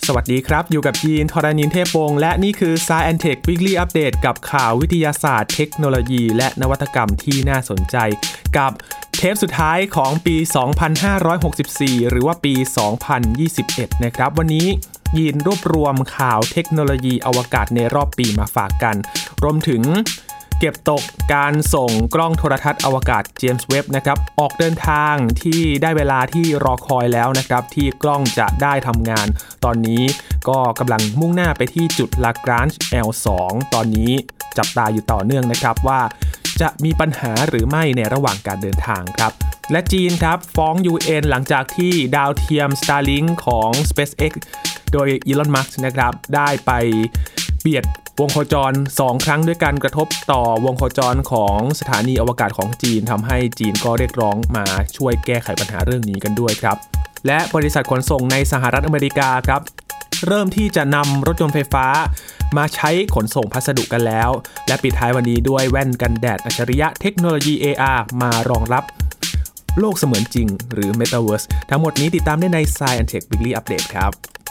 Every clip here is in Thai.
สวัสดีครับอยู่กับยีนทรณินเทพวงศ์และนี่คือ Science Tech Weekly Update กับข่าววิทยาศาสตร์เทคโนโลยีและนวัตกรรมที่น่าสนใจกับเทปสุดท้ายของปี 2564 หรือว่าปี 2021 นะครับวันนี้ยีนรวบรวมข่าวเทคโนโลยีอวกาศในรอบปีมาฝากกันรวมถึงเก็บตกการส่งกล้องโทรทัศน์อวกาศเจมส์เว็บนะครับออกเดินทางที่ได้เวลาที่รอคอยแล้วนะครับที่กล้องจะได้ทำงานตอนนี้ก็กำลังมุ่งหน้าไปที่จุด Lagrange L2 ตอนนี้จับตาอยู่ต่อเนื่องนะครับว่าจะมีปัญหาหรือไม่ในระหว่างการเดินทางครับและจีนครับฟ้อง UN หลังจากที่ดาวเทียม Starlink ของ SpaceX โดย Elon Musk นะครับได้ไปเบียดวงโคจร2ครั้งด้วยกันกระทบต่อวงโคจรของสถานีอวกาศของจีนทำให้จีนก็เรียกร้องมาช่วยแก้ไขปัญหาเรื่องนี้กันด้วยครับและบริษัทขนส่งในสหรัฐอเมริกาครับเริ่มที่จะนำรถยนต์ไฟฟ้ามาใช้ขนส่งพัสดุกันแล้วและปิดท้ายวันนี้ด้วยแว่นกันแดดอัจฉริยะเทคโนโลยี AR มารองรับโลกเสมือนจริงหรือ Metaverse ทั้งหมดนี้ติดตามได้ใน Science Tech Weekly Update ครับ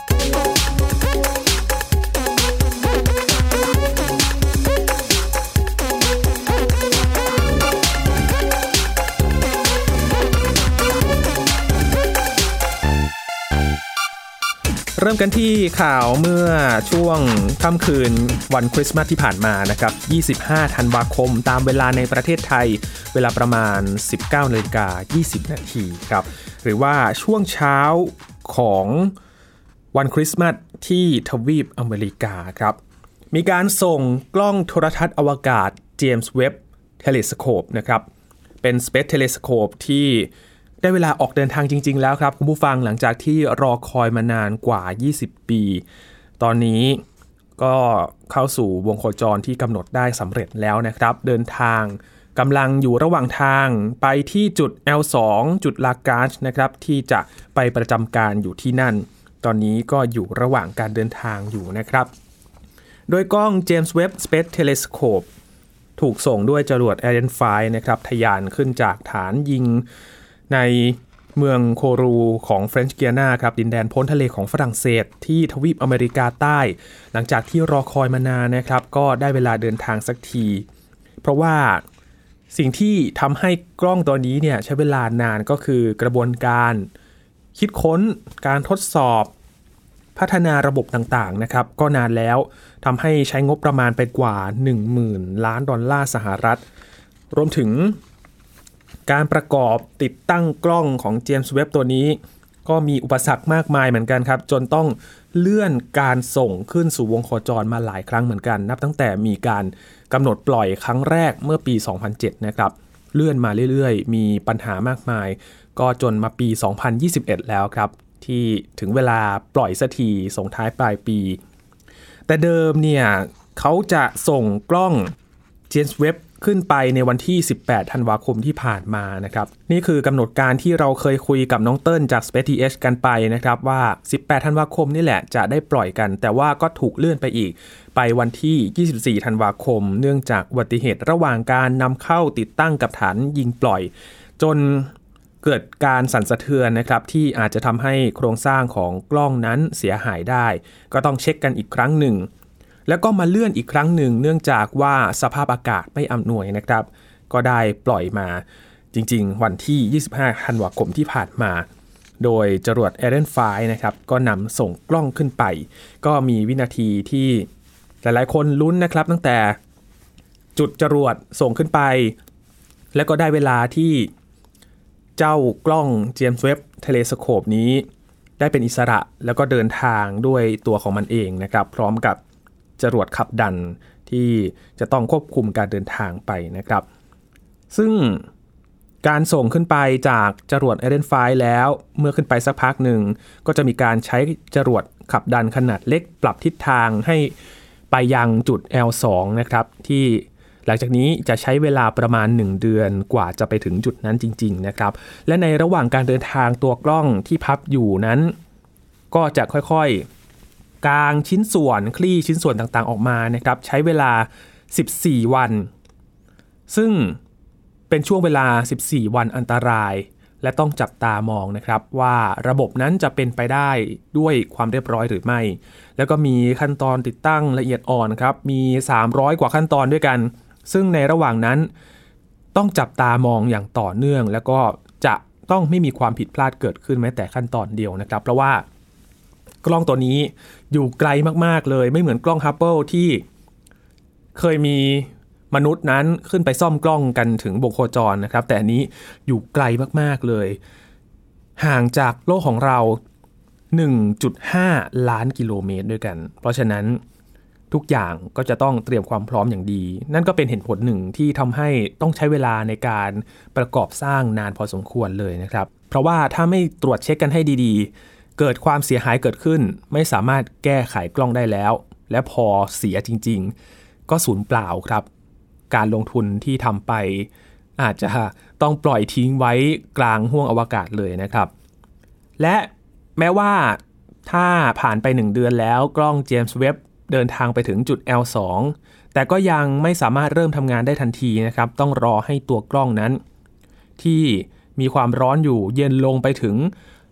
เริ่มกันที่ข่าวเมื่อช่วงค่ำคืนวันคริสต์มาสที่ผ่านมานะครับ25ธันวาคมตามเวลาในประเทศไทยเวลาประมาณ 19:20 น.ครับหรือว่าช่วงเช้าของวันคริสต์มาสที่ทวีปอเมริกาครับมีการส่งกล้องโทรทัศน์อวกาศเจมส์เว็บเทเลสโคปนะครับเป็น Space Telescope ที่ได้เวลาออกเดินทางจริงๆแล้วครับคุณผู้ฟังหลังจากที่รอคอยมานานกว่า20ปีตอนนี้ก็เข้าสู่วงโคจรที่กำหนดได้สำเร็จแล้วนะครับเดินทางกำลังอยู่ระหว่างทางไปที่จุด L2 จุด Lagrange นะครับที่จะไปประจำการอยู่ที่นั่นตอนนี้ก็อยู่ระหว่างการเดินทางอยู่นะครับโดยกล้อง James Webb Space Telescope ถูกส่งด้วยจรวด Ariane 5นะครับทะยานขึ้นจากฐานยิงในเมืองโครูของเฟรนช์กิอานาครับดินแดนพ้นทะเลของฝรั่งเศสที่ทวีปอเมริกาใต้หลังจากที่รอคอยมานานนะครับก็ได้เวลาเดินทางสักทีเพราะว่าสิ่งที่ทำให้กล้องตัวนี้เนี่ยใช้เวลานานก็คือกระบวนการคิดค้นการทดสอบพัฒนาระบบต่างๆนะครับก็นานแล้วทำให้ใช้งบประมาณไปกว่า 10,000 ล้านดอลลาร์สหรัฐรวมถึงการประกอบติดตั้งกล้องของเจมส์เว็บตัวนี้ก็มีอุปสรรคมากมายเหมือนกันครับจนต้องเลื่อนการส่งขึ้นสู่วงโคจรมาหลายครั้งเหมือนกันนับตั้งแต่มีการกำหนดปล่อยครั้งแรกเมื่อปี 2007 นะครับเลื่อนมาเรื่อยๆมีปัญหามากมายก็จนมาปี 2021 แล้วครับที่ถึงเวลาปล่อยสักทีส่งท้ายปลายปีแต่เดิมเนี่ยเขาจะส่งกล้องเจมส์เว็บขึ้นไปในวันที่18ธันวาคมที่ผ่านมานะครับนี่คือกำหนดการที่เราเคยคุยกับน้องเติ้ลจาก SpaceTH กันไปนะครับว่า18ธันวาคมนี่แหละจะได้ปล่อยกันแต่ว่าก็ถูกเลื่อนไปอีกไปวันที่24ธันวาคมเนื่องจากอุบัติเหตุระหว่างการนำเข้าติดตั้งกับฐานยิงปล่อยจนเกิดการสั่นสะเทือนนะครับที่อาจจะทำให้โครงสร้างของกล้องนั้นเสียหายได้ก็ต้องเช็คกันอีกครั้งหนึ่งแล้วก็มาเลื่อนอีกครั้งหนึ่งเนื่องจากว่าสภาพอากาศไม่อำนวยนะครับก็ได้ปล่อยมาจริงๆวันที่25ธันวาคมที่ผ่านมาโดยจรวด Ariane 5นะครับก็นำส่งกล้องขึ้นไปก็มีวินาทีที่หลายๆคนลุ้นนะครับตั้งแต่จุดจรวดส่งขึ้นไปแล้วก็ได้เวลาที่เจ้ากล้อง James Webb Telescope นี้ได้เป็นอิสระแล้วก็เดินทางด้วยตัวของมันเองนะครับพร้อมกับจรวดขับดันที่จะต้องควบคุมการเดินทางไปนะครับซึ่งการส่งขึ้นไปจากจรวด Ariane 5แล้วเมื่อขึ้นไปสักพักหนึ่งก็จะมีการใช้จรวดขับดันขนาดเล็กปรับทิศทางให้ไปยังจุด L2 นะครับที่หลังจากนี้จะใช้เวลาประมาณ1เดือนกว่าจะไปถึงจุดนั้นจริงๆนะครับและในระหว่างการเดินทางตัวกล้องที่พับอยู่นั้นก็จะค่อยๆกางชิ้นส่วนคลี่ชิ้นส่วนต่างๆออกมานะครับใช้เวลา14วันซึ่งเป็นช่วงเวลา14วันอันตรายและต้องจับตามองนะครับว่าระบบนั้นจะเป็นไปได้ด้วยความเรียบร้อยหรือไม่แล้วก็มีขั้นตอนติดตั้งละเอียดอ่อนครับมี300กว่าขั้นตอนด้วยกันซึ่งในระหว่างนั้นต้องจับตามองอย่างต่อเนื่องแล้วก็จะต้องไม่มีความผิดพลาดเกิดขึ้นแม้แต่ขั้นตอนเดียวนะครับเพราะว่ากล้องตัวนี้อยู่ไกลมากๆเลยไม่เหมือนกล้อง Hubble ที่เคยมีมนุษย์นั้นขึ้นไปซ่อมกล้องกันถึงวงโคจรนะครับแต่อันนี้อยู่ไกลมากๆเลยห่างจากโลกของเรา 1.5 ล้านกิโลเมตรด้วยกันเพราะฉะนั้นทุกอย่างก็จะต้องเตรียมความพร้อมอย่างดีนั่นก็เป็นเหตุผลหนึ่งที่ทำให้ต้องใช้เวลาในการประกอบสร้างนานพอสมควรเลยนะครับเพราะว่าถ้าไม่ตรวจเช็คกันให้ดีๆเกิดความเสียหายเกิดขึ้นไม่สามารถแก้ไขกล้องได้แล้วและพอเสียจริงๆก็สูญเปล่าครับการลงทุนที่ทำไปอาจจะต้องปล่อยทิ้งไว้กลางห้วงอวกาศเลยนะครับและแม้ว่าถ้าผ่านไป1เดือนแล้วกล้องเจมส์เว็บเดินทางไปถึงจุด L2 แต่ก็ยังไม่สามารถเริ่มทำงานได้ทันทีนะครับต้องรอให้ตัวกล้องนั้นที่มีความร้อนอยู่เย็นลงไปถึง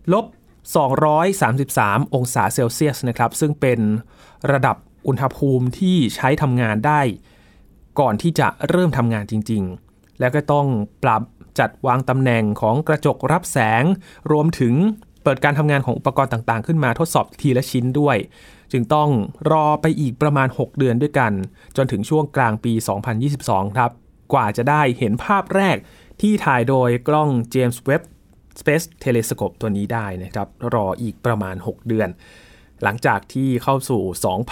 -233 องศาเซลเซียสนะครับซึ่งเป็นระดับอุณหภูมิที่ใช้ทำงานได้ก่อนที่จะเริ่มทำงานจริงๆแล้วก็ต้องปรับจัดวางตำแหน่งของกระจกรับแสงรวมถึงเปิดการทำงานของอุปกรณ์ต่างๆขึ้นมาทดสอบทีละชิ้นด้วยจึงต้องรอไปอีกประมาณ6เดือนด้วยกันจนถึงช่วงกลางปี 2022 ครับกว่าจะได้เห็นภาพแรกที่ถ่ายโดยกล้อง James Webb Space Telescope ตัวนี้ได้นะครับรออีกประมาณ6เดือนหลังจากที่เข้าสู่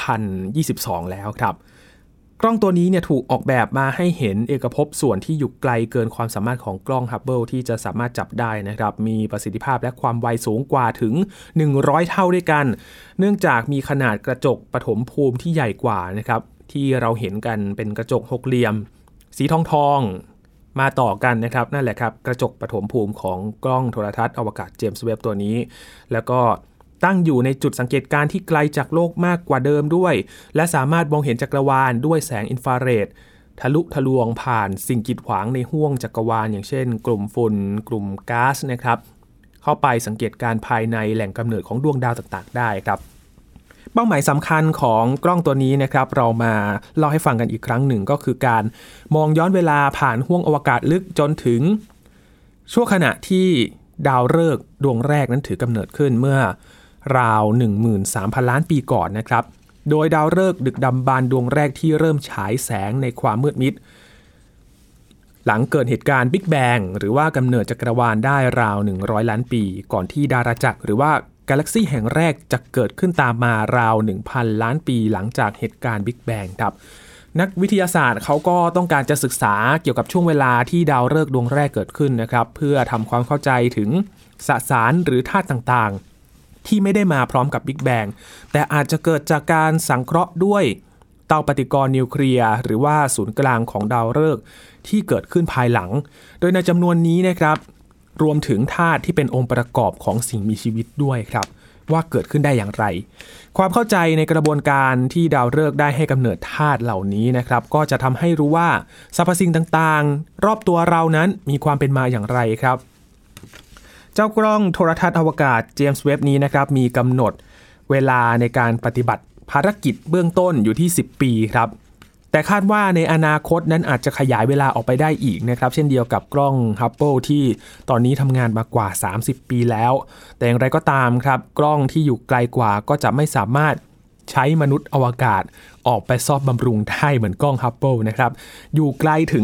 2022 แล้วครับกล้องตัวนี้เนี่ยถูกออกแบบมาให้เห็นเอกภพส่วนที่อยู่ไกลเกินความสามารถของกล้อง Hubble ที่จะสามารถจับได้นะครับมีประสิทธิภาพและความไวสูงกว่าถึง100เท่าด้วยกันเนื่องจากมีขนาดกระจกปฐมภูมิที่ใหญ่กว่านะครับที่เราเห็นกันเป็นกระจกหกเหลี่ยมสีทองมาต่อกันนะครับนั่นแหละครับกระจกปฐมภูมิของกล้องโทรทัศน์อวกาศเจมส์เว็บตัวนี้แล้วก็ตั้งอยู่ในจุดสังเกตการณ์ที่ไกลจากโลกมากกว่าเดิมด้วยและสามารถมองเห็นจักรวาลด้วยแสงอินฟราเรดทะลุทะลวงผ่านสิ่งกีดขวางในห้วงจักรวาลอย่างเช่นกลุ่มฝุ่นกลุ่มก๊าซนะครับเข้าไปสังเกตการณ์ภายในแหล่งกำเนิดของดวงดาวต่างๆได้ครับเป้าหมายสำคัญของกล้องตัวนี้นะครับเรามาเล่าให้ฟังกันอีกครั้งหนึ่งก็คือการมองย้อนเวลาผ่านห้วงอวกาศลึกจนถึงช่วงขณะที่ดาวฤกษ์ดวงแรกนั้นถือกำเนิดขึ้นเมื่อราว 13,000 ล้านปีก่อนนะครับโดยดาวฤกษ์ดึกดำบรรพ์ดวงแรกที่เริ่มฉายแสงในความมืดมิดหลังเกิดเหตุการณ์บิ๊กแบงหรือว่ากำเนิดจักรวาลได้ราว100ล้านปีก่อนที่ดาราจักรหรือว่ากาแล็กซี่แห่งแรกจะเกิดขึ้นตามมาราว 1,000 ล้านปีหลังจากเหตุการณ์บิ๊กแบงครับนักวิทยาศาสตร์เขาก็ต้องการจะศึกษาเกี่ยวกับช่วงเวลาที่ดาวฤกษ์ดวงแรกเกิดขึ้นนะครับเพื่อทำความเข้าใจถึงสสารหรือธาตุต่างๆที่ไม่ได้มาพร้อมกับบิ๊กแบงแต่อาจจะเกิดจากการสังเคราะห์ด้วยเตาปฏิกรณ์นิวเคลียร์หรือว่าศูนย์กลางของดาวฤกษ์ที่เกิดขึ้นภายหลังโดยในจำนวนนี้นะครับรวมถึงธาตุที่เป็นองค์ประกอบของสิ่งมีชีวิตด้วยครับว่าเกิดขึ้นได้อย่างไรความเข้าใจในกระบวนการที่ดาวฤกษ์ได้ให้กำเนิดธาตุเหล่านี้นะครับก็จะทำให้รู้ว่าสรรพสิ่งต่างๆรอบตัวเรานั้นมีความเป็นมาอย่างไรครับเจ้ากล้องโทรทัศน์อวกาศเจมส์เว็บนี้นะครับมีกำหนดเวลาในการปฏิบัติภารกิจเบื้องต้นอยู่ที่10ปีครับแต่คาดว่าในอนาคตนั้นอาจจะขยายเวลาออกไปได้อีกนะครับเช่นเดียวกับกล้อง Hubble ที่ตอนนี้ทำงานมากว่า30ปีแล้วแต่อย่างไรก็ตามครับกล้องที่อยู่ไกลกว่าก็จะไม่สามารถใช้มนุษย์อวกาศออกไปซ่อมบำรุงได้เหมือนกล้อง Hubble นะครับอยู่ไกลถึง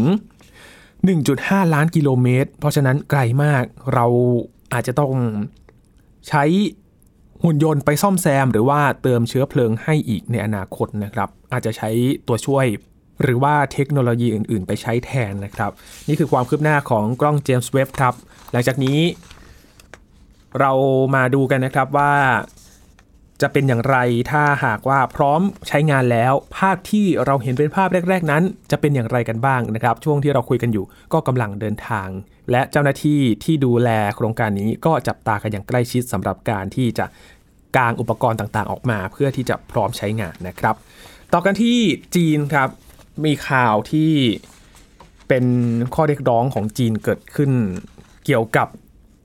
1.5 ล้านกิโลเมตรเพราะฉะนั้นไกลมากเราอาจจะต้องใช้หุ่นยนต์ไปซ่อมแซมหรือว่าเติมเชื้อเพลิงให้อีกในอนาคตนะครับอาจจะใช้ตัวช่วยหรือว่าเทคโนโลยีอื่นๆไปใช้แทนนะครับนี่คือความคืบหน้าของกล้องเจมส์เว็บครับหลังจากนี้เรามาดูกันนะครับว่าจะเป็นอย่างไรถ้าหากว่าพร้อมใช้งานแล้วภาพที่เราเห็นเป็นภาพแรกๆนั้นจะเป็นอย่างไรกันบ้างนะครับช่วงที่เราคุยกันอยู่ก็กำลังเดินทางและเจ้าหน้าที่ที่ดูแลโครงการนี้ก็จับตากันอย่างใกล้ชิดสำหรับการที่จะกางอุปกรณ์ต่างๆออกมาเพื่อที่จะพร้อมใช้งานนะครับต่อกันที่จีนครับมีข่าวที่เป็นข้อเรียกร้องของจีนเกิดขึ้นเกี่ยวกับ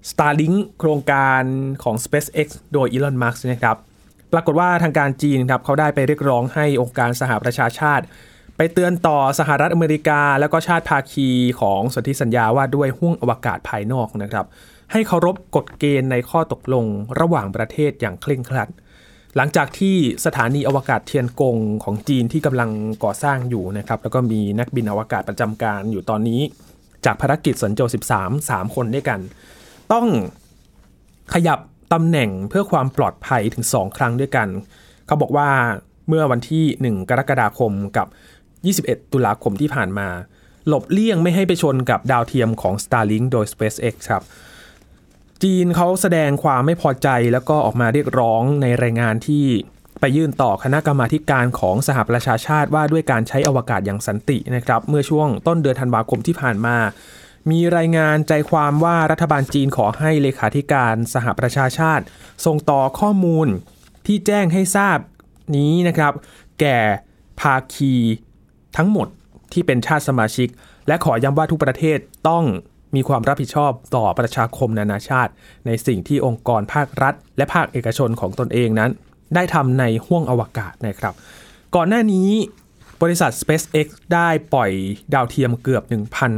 Starlink โครงการของ SpaceX โดย Elon Musk นะครับปรากฏว่าทางการจีนครับเขาได้ไปเรียกร้องให้องค์การสหประชาชาติไปเตือนต่อสหรัฐอเมริกาแล้วก็ชาติภาคีของสนธิสัญญาว่าด้วยห้วงอวกาศภายนอกนะครับให้เคารพกฎเกณฑ์ในข้อตกลงระหว่างประเทศอย่างเคร่งครัดหลังจากที่สถานีอวกาศเทียนกงของจีนที่กำลังก่อสร้างอยู่นะครับแล้วก็มีนักบินอวกาศประจำการอยู่ตอนนี้จากภารกิจสันโจ13 คนด้วยกันต้องขยับตำแหน่งเพื่อความปลอดภัยถึง2 ครั้งด้วยกันเขาบอกว่าเมื่อวันที่1 กรกฎาคมกับ21 ตุลาคมที่ผ่านมาหลบเลี่ยงไม่ให้ไปชนกับดาวเทียมของ Starlink โดย SpaceX ครับจีนเขาแสดงความไม่พอใจแล้วก็ออกมาเรียกร้องในรายงานที่ไปยื่นต่อคณะกรรมาธิการของสหประชาชาติว่าด้วยการใช้อวกาศอย่างสันตินะครับเมื่อช่วงต้นเดือนธันวาคมที่ผ่านมามีรายงานใจความว่ารัฐบาลจีนขอให้เลขาธิการสหประชาชาติส่งต่อข้อมูลที่แจ้งให้ทราบนี้นะครับแก่ภาคีทั้งหมดที่เป็นชาติสมาชิกและขอย้ำว่าทุกประเทศต้องมีความรับผิดชอบต่อประชาคมนานาชาติในสิ่งที่องค์กรภาครัฐและภาคเอกชนของตนเองนั้นได้ทำในห้วงอวกาศนะครับก่อนหน้านี้บริษัท SpaceX ได้ปล่อยดาวเทียมเกือบ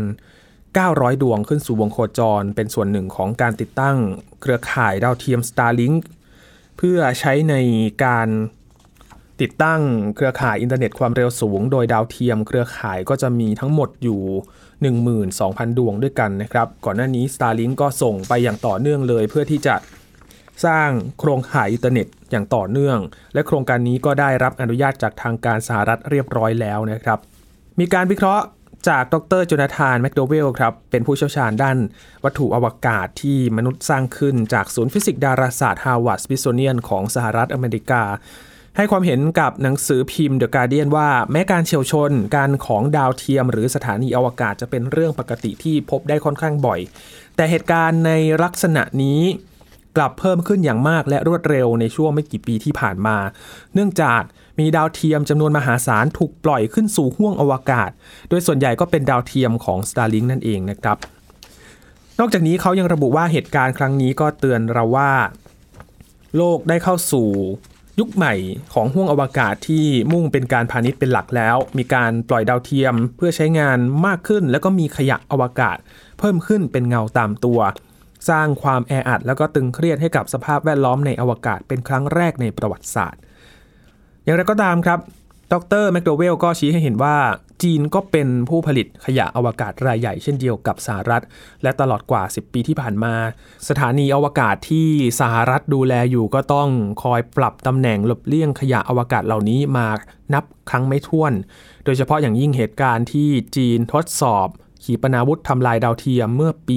1,900 ดวงขึ้นสู่วงโคจรเป็นส่วนหนึ่งของการติดตั้งเครือข่ายดาวเทียม Starlink เพื่อใช้ในการติดตั้งเครือข่ายอินเทอร์เน็ตความเร็วสูงโดยดาวเทียมเครือข่ายก็จะมีทั้งหมดอยู่ 12,000 ดวงด้วยกันนะครับก่อนหน้านี้ Starlink ก็ส่งไปอย่างต่อเนื่องเลยเพื่อที่จะสร้างโครงข่ายอินเทอร์เน็ตอย่างต่อเนื่องและโครงการนี้ก็ได้รับอนุญาตจากทางการสหรัฐเรียบร้อยแล้วนะครับมีการวิเคราะห์จากดร.โจนาธาน แมคโดเวลครับเป็นผู้เชี่ยวชาญด้านวัตถุอวกาศที่มนุษย์สร้างขึ้นจากศูนย์ฟิสิกส์ดาราศาสตร์ฮาร์วาร์ด สมิธโซเนียนของสหรัฐอเมริกาให้ความเห็นกับหนังสือพิมพ์ The Guardian ว่าแม้การเฉี่ยวชนการของดาวเทียมหรือสถานีอวกาศจะเป็นเรื่องปกติที่พบได้ค่อนข้างบ่อยแต่เหตุการณ์ในลักษณะนี้กลับเพิ่มขึ้นอย่างมากและรวดเร็วในช่วงไม่กี่ปีที่ผ่านมาเนื่องจากมีดาวเทียมจำนวนมหาศาลถูกปล่อยขึ้นสู่ห้วงอวกาศโดยส่วนใหญ่ก็เป็นดาวเทียมของ Starlink นั่นเองนะครับนอกจากนี้เขายังระบุว่าเหตุการณ์ครั้งนี้ก็เตือนเราว่าโลกได้เข้าสู่ยุคใหม่ของห้วงอวกาศที่มุ่งเป็นการพาณิชย์เป็นหลักแล้วมีการปล่อยดาวเทียมเพื่อใช้งานมากขึ้นแล้วก็มีขยะอวกาศเพิ่มขึ้นเป็นเงาตามตัวสร้างความแออัดแล้วก็ตึงเครียดให้กับสภาพแวดล้อมในอวกาศเป็นครั้งแรกในประวัติศาสตร์อย่างไรก็ตามครับดร.แมคโดเวลก็ชี้ให้เห็นว่าจีนก็เป็นผู้ผลิตขยะอวกาศรายใหญ่เช่นเดียวกับสหรัฐและตลอดกว่า10 ปีที่ผ่านมาสถานีอวกาศที่สหรัฐดูแลอยู่ก็ต้องคอยปรับตำแหน่งหลบเลี่ยงขยะอวกาศเหล่านี้มานับครั้งไม่ถ้วนโดยเฉพาะอย่างยิ่งเหตุการณ์ที่จีนทดสอบขีปนาวุธทำลายดาวเทียมเมื่อปี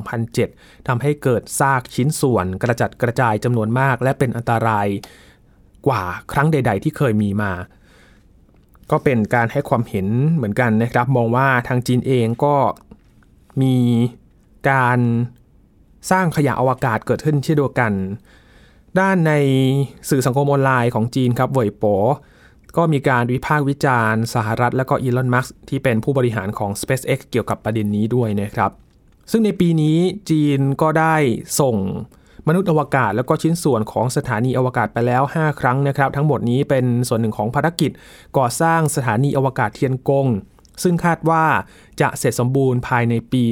2007 ทำให้เกิดซากชิ้นส่วนกระจัดกระจายจำนวนมากและเป็นอันตรายกว่าครั้งใดๆที่เคยมีมาก็เป็นการให้ความเห็นเหมือนกันนะครับมองว่าทางจีนเองก็มีการสร้างขยะอวกาศเกิดขึ้นเช่นเดียวกันด้านในสื่อสังคมออนไลน์ของจีนครับเหว่ยป๋อก็มีการวิพากษ์วิจารณ์สหรัฐและก็อีลอน มัสก์ที่เป็นผู้บริหารของ SpaceX เกี่ยวกับประเด็นนี้ด้วยนะครับซึ่งในปีนี้จีนก็ได้ส่งมนุษย์อวกาศแล้วก็ชิ้นส่วนของสถานีอวกาศไปแล้ว5 ครั้งนะครับทั้งหมดนี้เป็นส่วนหนึ่งของภารกิจก่อสร้างสถานีอวกาศเทียนกงซึ่งคาดว่าจะเสร็จสมบูรณ์ภายในปี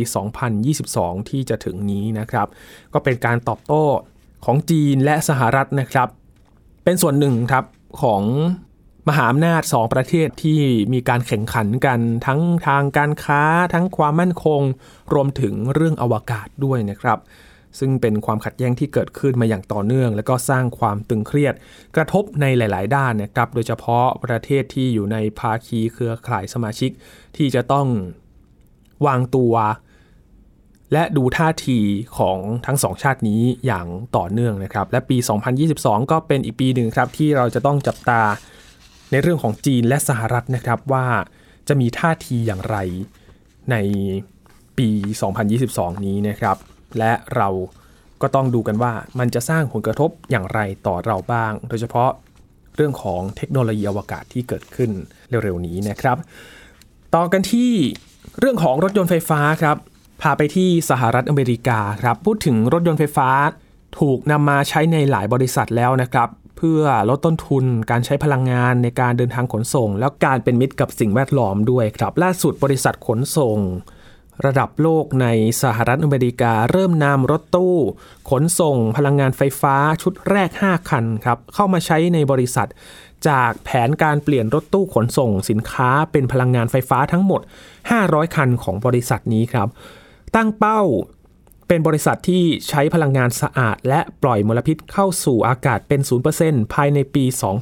2022 ที่จะถึงนี้นะครับก็เป็นการตอบโต้ของจีนและสหรัฐนะครับเป็นส่วนหนึ่งครับของมหาอำนาจ2 ประเทศที่มีการแข่งขันกันทั้งทางการค้าทั้งความมั่นคงรวมถึงเรื่องอวกาศด้วยนะครับซึ่งเป็นความขัดแย้งที่เกิดขึ้นมาอย่างต่อเนื่องและก็สร้างความตึงเครียดกระทบในหลายๆด้านนะครับโดยเฉพาะประเทศที่อยู่ในภาคีเครือข่ายสมาชิกที่จะต้องวางตัวและดูท่าทีของทั้ง2 ชาตินี้อย่างต่อเนื่องนะครับและปี 2022 ก็เป็นอีกปีหนึ่งครับที่เราจะต้องจับตาในเรื่องของจีนและสหรัฐนะครับว่าจะมีท่าทีอย่างไรในปี 2022 นี้นะครับและเราก็ต้องดูกันว่ามันจะสร้างผลกระทบอย่างไรต่อเราบ้างโดยเฉพาะเรื่องของเทคโนโลยีอวกาศที่เกิดขึ้นเร็วๆนี้นะครับต่อกันที่เรื่องของรถยนต์ไฟฟ้าครับพาไปที่สหรัฐอเมริกาครับพูดถึงรถยนต์ไฟฟ้าถูกนำมาใช้ในหลายบริษัทแล้วนะครับเพื่อลดต้นทุนการใช้พลังงานในการเดินทางขนส่งแล้วการเป็นมิตรกับสิ่งแวดล้อมด้วยครับล่าสุดบริษัทขนส่งระดับโลกในสหรัฐอเมริกาเริ่มนำรถตู้ขนส่งพลังงานไฟฟ้าชุดแรก5คันครับเข้ามาใช้ในบริษัทจากแผนการเปลี่ยนรถตู้ขนส่งสินค้าเป็นพลังงานไฟฟ้าทั้งหมด500คันของบริษัทนี้ครับตั้งเป้าเป็นบริษัทที่ใช้พลังงานสะอาดและปล่อยมลพิษเข้าสู่อากาศเป็น 0% ภายในปี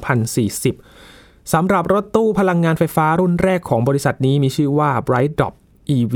2040 สำหรับรถตู้พลังงานไฟฟ้ารุ่นแรกของบริษัทนี้มีชื่อว่า BrightDrop EV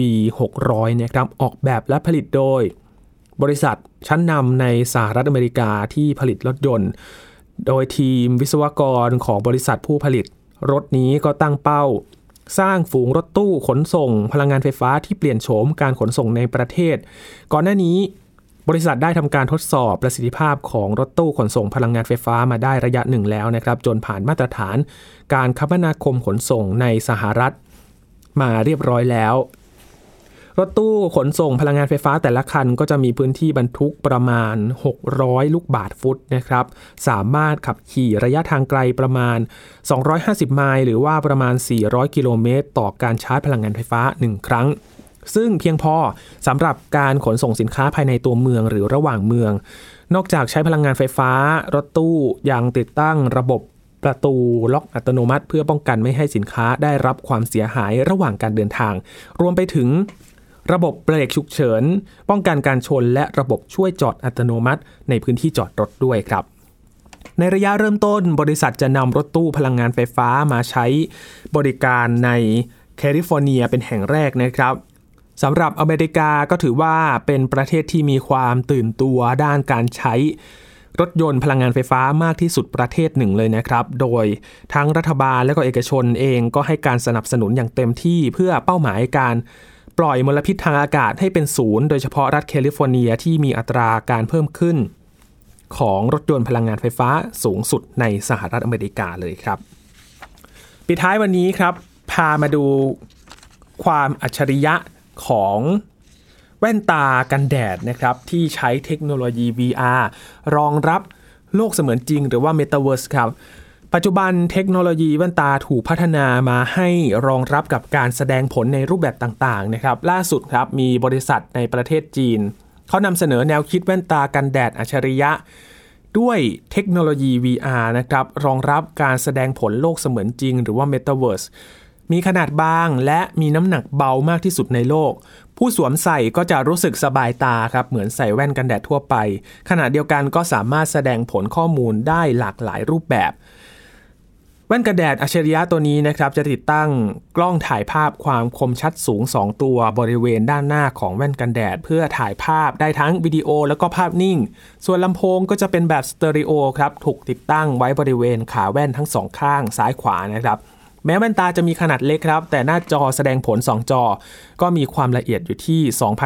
600นะครับออกแบบและผลิตโดยบริษัทชั้นนำในสหรัฐอเมริกาที่ผลิตรถยนต์โดยทีมวิศวกรของบริษัทผู้ผลิตรถนี้ก็ตั้งเป้าสร้างฝูงรถตู้ขนส่งพลังงานไฟฟ้าที่เปลี่ยนโฉมการขนส่งในประเทศก่อนหน้านี้บริษัทได้ทำการทดสอบประสิทธิภาพของรถตู้ขนส่งพลังงานไฟฟ้ามาได้ระยะหนึ่งแล้วนะครับจนผ่านมาตรฐานการคมนาคมขนส่งในสหรัฐมาเรียบร้อยแล้วรถตู้ขนส่งพลังงานไฟฟ้าแต่ละคันก็จะมีพื้นที่บรรทุกประมาณ600ลูกบาศก์ฟุตนะครับสามารถขับขี่ระยะทางไกลประมาณ250ไมล์หรือว่าประมาณ400กิโลเมตรต่อการชาร์จพลังงานไฟฟ้า1ครั้งซึ่งเพียงพอสำหรับการขนส่งสินค้าภายในตัวเมืองหรือระหว่างเมืองนอกจากใช้พลังงานไฟฟ้ารถตู้ยังติดตั้งระบบประตูล็อกอัตโนมัติเพื่อป้องกันไม่ให้สินค้าได้รับความเสียหายระหว่างการเดินทางรวมไปถึงระบบเบรกฉุกเฉินป้องกันการชนและระบบช่วยจอดอัตโนมัติในพื้นที่จอดรถด้วยครับในระยะเริ่มต้นบริษัทจะนำรถตู้พลังงานไฟฟ้ามาใช้บริการในแคลิฟอร์เนียเป็นแห่งแรกนะครับสำหรับอเมริกาก็ถือว่าเป็นประเทศที่มีความตื่นตัวด้านการใช้รถยนต์พลังงานไฟฟ้ามากที่สุดประเทศหนึ่งเลยนะครับโดยทั้งรัฐบาลและก็เอกชนเองก็ให้การสนับสนุนอย่างเต็มที่เพื่อเป้าหมายการปล่อยมลพิษทางอากาศให้เป็นศูนย์โดยเฉพาะรัฐแคลิฟอร์เนียที่มีอัตราการเพิ่มขึ้นของรถยนต์พลังงานไฟฟ้าสูงสุดในสหรัฐอเมริกาเลยครับปิดท้ายวันนี้ครับพามาดูความอัจฉริยะของแว่นตากันแดดนะครับที่ใช้เทคโนโลยี VR รองรับโลกเสมือนจริงหรือว่า Metaverse ครับปัจจุบันเทคโนโลยีแว่นตาถูกพัฒนามาให้รองรับกับการแสดงผลในรูปแบบต่างๆนะครับล่าสุดครับมีบริษัทในประเทศจีนเขานำเสนอแนวคิดแว่นตากันแดดอัจฉริยะด้วยเทคโนโลยี VR นะครับรองรับการแสดงผลโลกเสมือนจริงหรือว่า Metaverse มีขนาดบางและมีน้ำหนักเบามากที่สุดในโลกผู้สวมใส่ก็จะรู้สึกสบายตาครับเหมือนใส่แว่นกันแดดทั่วไปขณะเดียวกันก็สามารถแสดงผลข้อมูลได้หลากหลายรูปแบบแว่นกันแดดอัจฉริยะตัวนี้นะครับจะติดตั้งกล้องถ่ายภาพความคมชัดสูง2ตัวบริเวณด้านหน้าของแว่นกันแดดเพื่อถ่ายภาพได้ทั้งวิดีโอแล้วก็ภาพนิ่งส่วนลำโพงก็จะเป็นแบบสเตอริโอครับถูกติดตั้งไว้บริเวณขาแว่นทั้งสองข้างซ้ายขวานะครับแม้แว่นตาจะมีขนาดเล็กครับแต่หน้าจอแสดงผล2จอก็มีความละเอียดอยู่ที่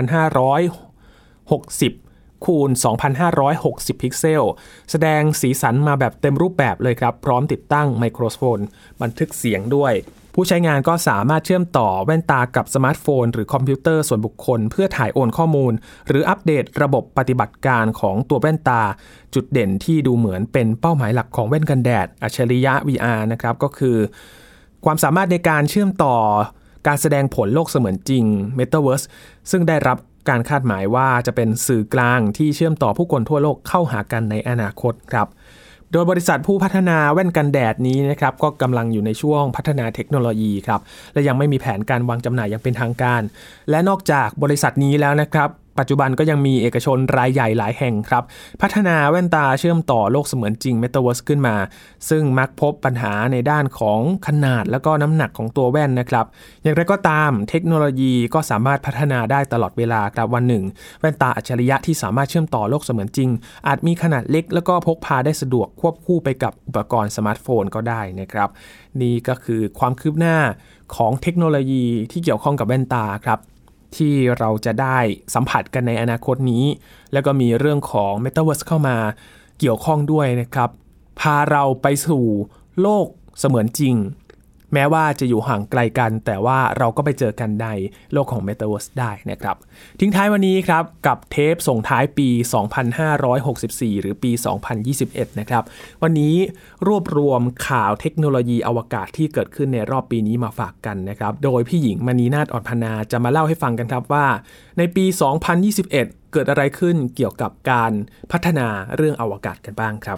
2560คูณ 2560 พิกเซลแสดงสีสันมาแบบเต็มรูปแบบเลยครับพร้อมติดตั้งไมโครโฟนบันทึกเสียงด้วยผู้ใช้งานก็สามารถเชื่อมต่อแว่นตากับสมาร์ทโฟนหรือคอมพิวเตอร์ส่วนบุคคลเพื่อถ่ายโอนข้อมูลหรืออัปเดตระบบปฏิบัติการของตัวแว่นตาจุดเด่นที่ดูเหมือนเป็นเป้าหมายหลักของแว่นกันแดดอัจฉริยะ VR นะครับก็คือความสามารถในการเชื่อมต่อการแสดงผลโลกเสมือนจริง Metaverse ซึ่งได้รับการคาดหมายว่าจะเป็นสื่อกลางที่เชื่อมต่อผู้คนทั่วโลกเข้าหากันในอนาคตครับโดยบริษัทผู้พัฒนาแว่นกันแดดนี้นะครับก็กำลังอยู่ในช่วงพัฒนาเทคโนโลยีครับและยังไม่มีแผนการวางจำหน่ายอย่างเป็นทางการและนอกจากบริษัทนี้แล้วนะครับปัจจุบันก็ยังมีเอกชนรายใหญ่หลายแห่งครับพัฒนาแว่นตาเชื่อมต่อโลกเสมือนจริง Metaverse ขึ้นมาซึ่งมักพบปัญหาในด้านของขนาดและก็น้ำหนักของตัวแว่นนะครับอย่างไรก็ตามเทคโนโลยีก็สามารถพัฒนาได้ตลอดเวลาครับวันหนึ่งแว่นตาอัจฉริยะที่สามารถเชื่อมต่อโลกเสมือนจริงอาจมีขนาดเล็กแล้วก็พกพาได้สะดวกควบคู่ไปกับอุปกรณ์สมาร์ทโฟนก็ได้นะครับนี่ก็คือความคืบหน้าของเทคโนโลยีที่เกี่ยวข้องกับแว่นตาครับที่เราจะได้สัมผัสกันในอนาคตนี้แล้วก็มีเรื่องของ Metaverse เข้ามาเกี่ยวข้องด้วยนะครับพาเราไปสู่โลกเสมือนจริงแม้ว่าจะอยู่ห่างไกลกันแต่ว่าเราก็ไปเจอกันในโลกของ Metaverse ได้นะครับทิ้งท้ายวันนี้ครับกับเทปส่งท้ายปี 2564 หรือปี 2021 นะครับวันนี้รวบรวมข่าวเทคโนโลยีอวกาศที่เกิดขึ้นในรอบปีนี้มาฝากกันนะครับโดยพี่หญิงมณีนาฏอ่อนพนาจะมาเล่าให้ฟังกันครับว่าในปี 2021 เกิดอะไรขึ้นเกี่ยวกับการพัฒนาเรื่องอวกาศกันบ้างครับ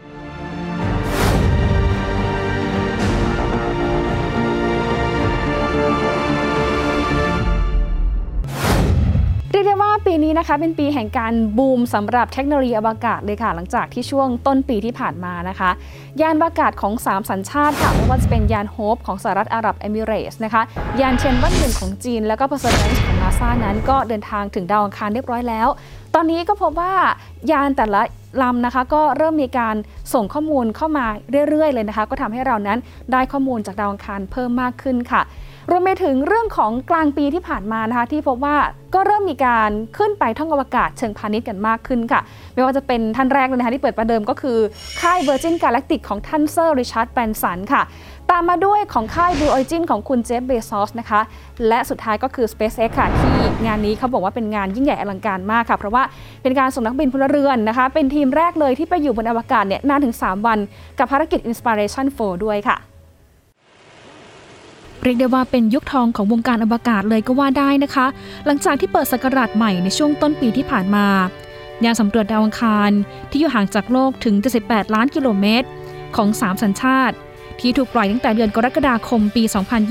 เรียกได้ว่าปีนี้นะคะเป็นปีแห่งการบูมสำหรับเทคโนโลยีอวกาศเลยค่ะหลังจากที่ช่วงต้นปีที่ผ่านมานะคะยานอวกาศของ3สัญชาติค่ะไม่ว่าจะเป็นยานโฮปของสหรัฐอาหรับเอมิเรตส์นะคะยานเทียนวั1ของจีนแล้วก็ Perseverance ของ NASA นั้นก็เดินทางถึงดาวอังคารเรียบร้อยแล้วตอนนี้ก็พบว่ายานแต่ละลำนะคะก็เริ่มมีการส่งข้อมูลเข้ามาเรื่อยๆเลยนะคะก็ทำให้เรานั้นได้ข้อมูลจากดาวอังคารเพิ่มมากขึ้นค่ะรวมไปถึงเรื่องของกลางปีที่ผ่านมานะคะที่พบว่าก็เริ่มมีการขึ้นไปท่องอวกาศเชิงพาณิชย์กันมากขึ้นค่ะไม่ว่าจะเป็นท่านแรกเลยนะคะที่เปิดประเดิมก็คือค่าย Virgin Galactic ของท่านเซอร์ริชาร์ด แบรนสันค่ะตามมาด้วยของค่าย Blue Origin ของคุณเจฟ เบซอสนะคะและสุดท้ายก็คือ SpaceX ค่ะที่งานนี้เขาบอกว่าเป็นงานยิ่งใหญ่อลังการมากค่ะเพราะว่าเป็นการส่งนักบินพลเรือนนะคะเป็นทีมแรกเลยที่ไปอยู่บนอวกาศเนี่ยนานถึง3วันกับภารกิจ Inspiration 4 ด้วยค่ะเรียกได้ว่าเป็นยุคทองของวงการอวกาศเลยก็ว่าได้นะคะหลังจากที่เปิดศักราชใหม่ในช่วงต้นปีที่ผ่านมายานสำรวจดาวอังคารที่อยู่ห่างจากโลกถึง78ล้านกิโลเมตรของ3สัญชาติที่ถูกปล่อยตั้งแต่เดือนกรกฎาคมปี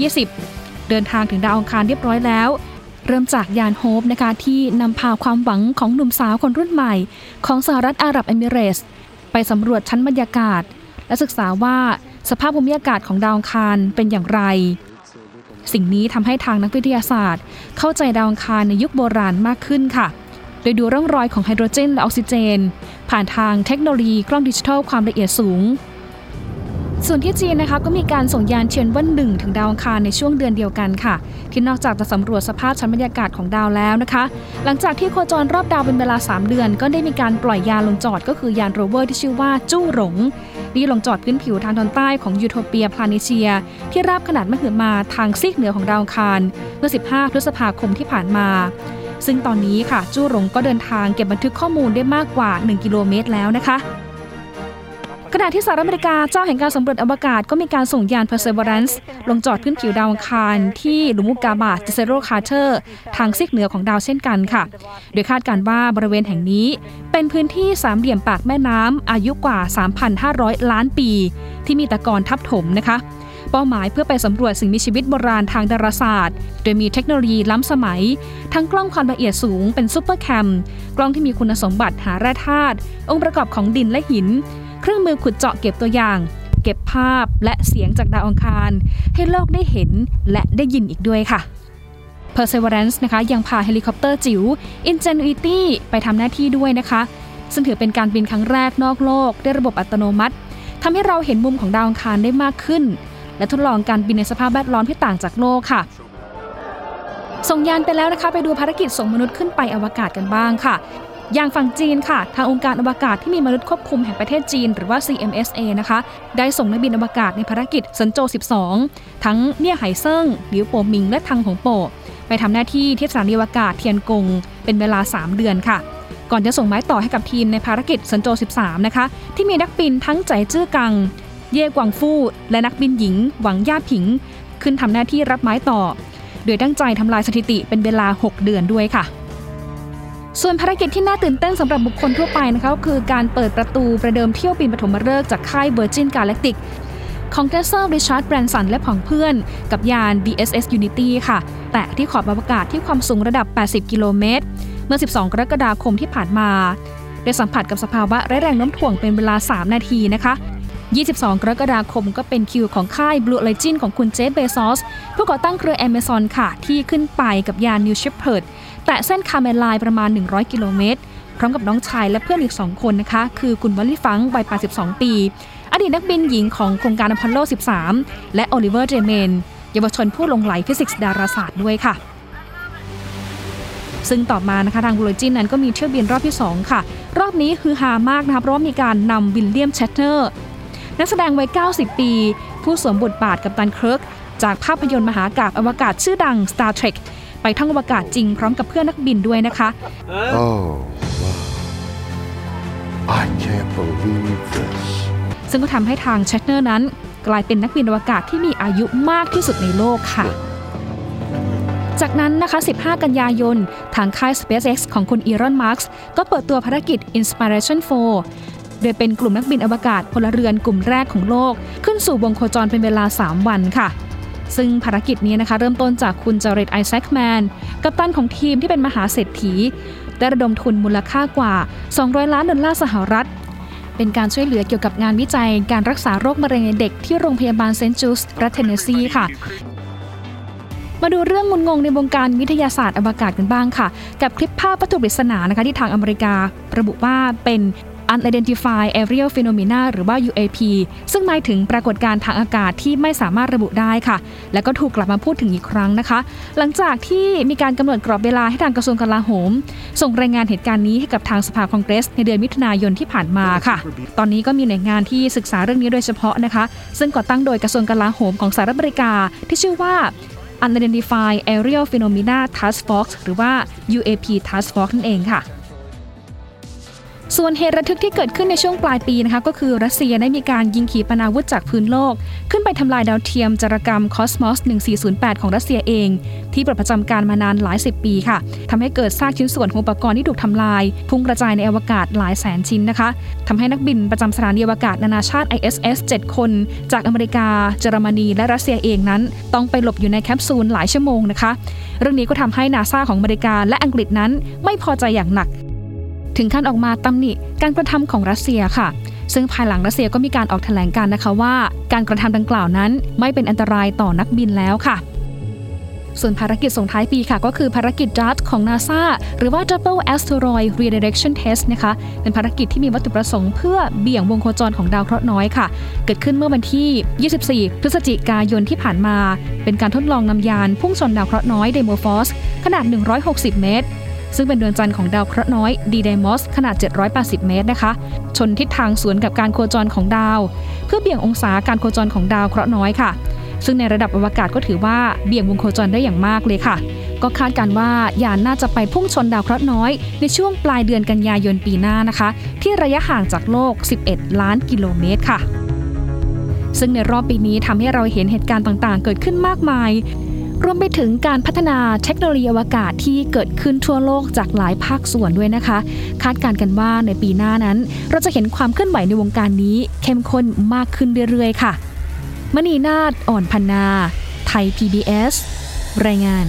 2020 เดินทางถึงดาวอังคารเรียบร้อยแล้วเริ่มจากยานโฮปนะคะที่นำพาความหวังของหนุ่มสาวคนรุ่นใหม่ของสหรัฐอาหรับเอมิเรตส์ไปสำรวจชั้นบรรยากาศและศึกษาว่าสภาพภูมิอากาศของดาวอังคารเป็นอย่างไรสิ่งนี้ทำให้ทางนักวิทยาศาสตร์เข้าใจดาวอังคารในยุคโบราณมากขึ้นค่ะโดยดูร่องรอยของไฮโดรเจนและออกซิเจนผ่านทางเทคโนโลยีกล้องดิจิทัลความละเอียดสูงส่วนที่จีนนะคะก็มีการส่งยานเทียนวัน1ถึงดาวอังคารในช่วงเดือนเดียวกันค่ะที่นอกจากจะสำรวจสภาพชั้นบรรยากาศของดาวแล้วนะคะหลังจากที่โคจรรอบดาวเป็นเวลา3เดือนก็ได้มีการปล่อยยานลงจอดก็คือยานโรเวอร์ที่ชื่อว่าจู้หลงนี่ลงจอดพื้นผิวทางตอนใต้ของยูโทเปียพลาเนเชียที่ราบขนาดมหึมาทางซีกเหนือของดาวอังคารเมื่อ15พฤษภาคมที่ผ่านมาซึ่งตอนนี้ค่ะจู้หลงก็เดินทางเก็บบันทึกข้อมูลได้มากกว่า1กิโลเมตรแล้วนะคะขณะที่สหรัฐอเมริกาเจ้าแห่งการสำรวจอวกาศก็มีการส่งยาน Perseverance ลงจอดพื้นผิวดาวอังคารที่หลุมอุกกาบาตเจเซโรคาร์เตอร์ทางซีกเหนือของดาวเช่นกันค่ะโดยคาดการณ์ว่าบริเวณแห่งนี้เป็นพื้นที่สามเหลี่ยมปากแม่น้ำอายุกว่า 3,500 ล้านปีที่มีตะกอนทับถมนะคะเป้าหมายเพื่อไปสำรวจสิ่งมีชีวิตโบราณทางดาราศาสตร์โดยมีเทคโนโลยีล้ำสมัยทั้งกล้องความละเอียดสูงเป็นซูเปอร์แคมกล้องที่มีคุณสมบัติหาแร่ธาตุองค์ประกอบของดินและหินเครื่องมือขุดเจาะเก็บตัวอย่างเก็บภาพและเสียงจากดาวอังคารให้โลกได้เห็นและได้ยินอีกด้วยค่ะ Perseverance นะคะยังพาเฮลิคอปเตอร์จิ๋ว Ingenuity ไปทำหน้าที่ด้วยนะคะซึ่งถือเป็นการบินครั้งแรกนอกโลกด้วยระบบอัตโนมัติทำให้เราเห็นมุมของดาวอังคารได้มากขึ้นและทดลองการบินในสภาพแวดล้อมที่ต่างจากโลกค่ะส่งยานไปแล้วนะคะไปดูภารกิจส่งมนุษย์ขึ้นไปอวกาศกันบ้างค่ะอย่างฝั่งจีนค่ะทางองค์การอวกาศที่มีมนุษย์ควบคุมแห่งประเทศจีนหรือว่า CMSA นะคะได้ส่งนักบินอวกาศในภารกิจเซินโจว12ทั้งเมี่ยไห่เซิ่งหลิวโปมิงและทังหงโปไปทำหน้าที่ที่สถานีอวกาศเทียนกงเป็นเวลา3เดือนค่ะก่อนจะส่งไม้ต่อให้กับทีมในภารกิจเซินโจว13นะคะที่มีนักบินทั้งใจจื้อกังเย่กวางฟู่และนักบินหญิงหวังย่าผิงขึ้นทำหน้าที่รับไม้ต่อโดยตั้งใจทำลายสถิติเป็นเวลา6เดือนด้วยค่ะส่วนภารกิจที่น่าตื่นเต้นสำหรับบุคคลทั่วไปนะคะก็คือการเปิดประตูประเดิมเที่ยวบินปฐมฤกษ์จากค่าย Virgin Galactic ของเซอร์ริชาร์ด แบรนสันและผองเพื่อนกับยาน DSS Unity ค่ะแตะที่ขอบอวกาศที่ความสูงระดับ80กิโลเมตรเมื่อ12กรกฎาคมที่ผ่านมาได้สัมผัสกับสภาวะไร้แรงโน้มถ่วงเป็นเวลา3นาทีนะคะ22กรกฎาคมก็เป็นคิวของค่าย Blue Origin ของคุณเจฟ เบซอสผู้ก่อตั้งเครือ Amazon ค่ะที่ขึ้นไปกับยาน New Shepard แต่เส้นคาร์เมลไลน์ประมาณ100กิโลเมตรพร้อมกับน้องชายและเพื่อนอีก2คนนะคะคือคุณวอลลี่ฟังวัย82ปีอดีตนักบินหญิงของโครงการอพอลโล13และโอลิเวอร์ เจเมนเยาวชนผู้หลงใหลฟิสิกส์ดาราศาสตร์ด้วยค่ะซึ่งต่อมานะคะทาง Blue Origin นั้นก็มีเที่ยวบินรอบที่2ค่ะรอบนี้ฮือฮามากนะคะเพราะว่ามีการนำวิลเลียม แชตเนอร์นักแสดงวัย90 ปีผู้สวมบทบาทกัปตันเคิร์กจากภาพยนตร์มหากาพย์อวกาศชื่อดัง Star Trek ไปท่องอวกาศจริงพร้อมกับเพื่อนนักบินด้วยนะคะ Oh, wow. I can't believe this. ซึ่งก็ทำให้ทางแชตเนอร์นั้นกลายเป็นนักบินอวกาศที่มีอายุมากที่สุดในโลกค่ะจากนั้นนะคะ15 กันยายนทางค่าย SpaceX ของคุณอีลอน มัสก์ก็เปิดตัวภารกิจ Inspiration 4 โดยเป็นกลุ่มนักบินอวกาศพลเรือนกลุ่มแรกของโลกขึ้นสู่วงโคจรเป็นเวลา3 วันค่ะซึ่งภารกิจนี้นะคะเริ่มต้นจากคุณจาเรต ไอแซคแมนกัปตันของทีมที่เป็นมหาเศรษฐีได้ระดมทุนมูลค่ากว่า$200 ล้านสหรัฐเป็นการช่วยเหลือเกี่ยวกับงานวิจัยการรักษาโรคมะเร็งในเด็กที่โรงพยาบาลเซนต์จูสรัฐเทนเนสซีค่ะมาดูเรื่องงุนงงในวงการวิทยาศาสตร์อวกาศกันบ้างค่ะกับคลิปภาพวัตถุปริศนานะคะที่ทางอเมริการะบุว่าเป็น Unidentified Aerial Phenomena หรือว่า UAP ซึ่งหมายถึงปรากฏการณ์ทางอากาศที่ไม่สามารถระบุได้ค่ะแล้วก็ถูกกลับมาพูดถึงอีกครั้งนะคะหลังจากที่มีการกำหนดกรอบเวลาให้ทางกระทรวงกลาโหมส่งรายงานเหตุการณ์นี้ให้กับทางสภาคองเกรสในเดือนมิถุนายนที่ผ่านมาค่ะตอนนี้ก็มีหน่วยงานที่ศึกษาเรื่องนี้โดยเฉพาะนะคะซึ่งก่อตั้งโดยกระทรวงกลาโหมของสหรัฐอเมริกาที่ชื่อว่า Unidentified Aerial Phenomena Task Force หรือว่า UAP Task Force นั่นเองค่ะส่วนเหตุระทึกที่เกิดขึ้นในช่วงปลายปีนะคะก็คือรัสเซียได้มีการยิงขีปนาวุธจากพื้นโลกขึ้นไปทำลายดาวเทียมจารกรรม Cosmos 1408 ของรัสเซียเองที่ประจำการมานานหลาย10 ปีค่ะทำให้เกิดซากชิ้นส่วนของอุปกรณ์ที่ถูกทำลายพุ่งกระจายในอวกาศหลายแสนชิ้นนะคะทำให้นักบินประจำสถานีอวกาศนานาชาติ ISS 7 คนจากอเมริกาเยอรมนีและรัสเซียเองนั้นต้องไปหลบอยู่ในแคปซูลหลายชั่วโมงนะคะเรื่องนี้ก็ทำให้ NASA ของอเมริกาและอังกฤษนั้นไม่พอใจอย่างหนักถึงขั้นออกมาตำหนิการกระทำของรัสเซียค่ะซึ่งภายหลังรัสเซียก็มีการออกแถลงการนะคะว่าการกระทำดังกล่าวนั้นไม่เป็นอันตรายต่อนักบินแล้วค่ะส่วนภารกิจส่งท้ายปีค่ะก็คือภารกิจ DART ของ NASA หรือว่า Double Asteroid Redirection Test นะคะเป็นภารกิจที่มีวัตถุประสงค์เพื่อเบี่ยงวงโคจรของดาวเคราะห์น้อยค่ะเกิดขึ้นเมื่อวันที่24 พฤศจิกายนที่ผ่านมาเป็นการทดลองนำยานพุ่งชนดาวเคราะห์น้อย Dimorphos ขนาด160 เมตรซึ่งเป็นดวงจันทร์ของดาวเคราะห์น้อย Didymos ขนาด780 เมตรนะคะชนทิศทางสวนกับการโคจรของดาวเพื่อเบี่ยงองศาการโคจรของดาวเคราะห์น้อยค่ะซึ่งในระดับอวกาศก็ถือว่าเบี่ยงวงโคจรได้อย่างมากเลยค่ะก็คาดการณ์ว่ายานน่าจะไปพุ่งชนดาวเคราะห์น้อยในช่วงปลายเดือนกันยายนปีหน้านะคะที่ระยะห่างจากโลก11 ล้านกิโลเมตรค่ะซึ่งในรอบปีนี้ทำให้เราเห็นเหตุการณ์ต่างๆเกิดขึ้นมากมายรวมไปถึงการพัฒนาเทคโนโลยีอวกาศที่เกิดขึ้นทั่วโลกจากหลายภาคส่วนด้วยนะคะคาดการณ์กันว่าในปีหน้านั้นเราจะเห็นความเคลื่อนไหวในวงการนี้เข้มข้นมากขึ้นเรื่อยๆค่ะมณีนาฏ อ่อนพันนาไทย PBS รายงาน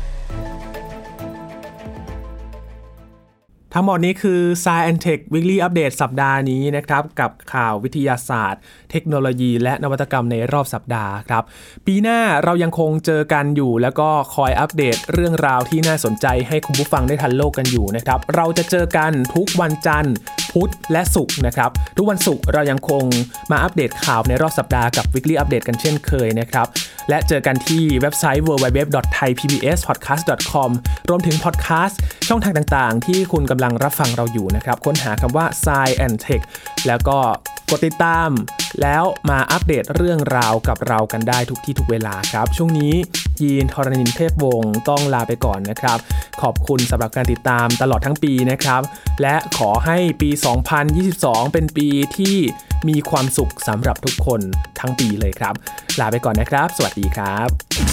ทั้งหมดนี้คือ Science and Tech Weekly Update สัปดาห์นี้นะครับกับข่าววิทยาศาสตร์เทคโนโลยีและนวัตกรรมในรอบสัปดาห์ครับปีหน้าเรายังคงเจอกันอยู่แล้วก็คอยอัปเดตเรื่องราวที่น่าสนใจให้คุณผู้ฟังได้ทันโลกกันอยู่นะครับเราจะเจอกันทุกวันจันทร์พุธและศุกร์นะครับทุกวันศุกร์เรายังคงมาอัปเดตข่าวในรอบสัปดาห์กับ Weekly Update กันเช่นเคยนะครับและเจอกันที่เว็บไซต์ www.thaipbspodcast.com รวมถึงพอดแคสต์ช่องทางต่างๆที่คุณกำลังรับฟังเราอยู่นะครับค้นหาคำว่า Science and Tech แล้วก็กดติดตามแล้วมาอัปเดตเรื่องราวกับเรากันได้ทุกที่ทุกเวลาครับช่วงนี้ยีน ธรณินทร์ เทพวงศ์ต้องลาไปก่อนนะครับขอบคุณสำหรับการติดตามตลอดทั้งปีนะครับและขอให้ปี 2022 เป็นปีที่มีความสุขสำหรับทุกคนทั้งปีเลยครับลาไปก่อนนะครับสวัสดีครับ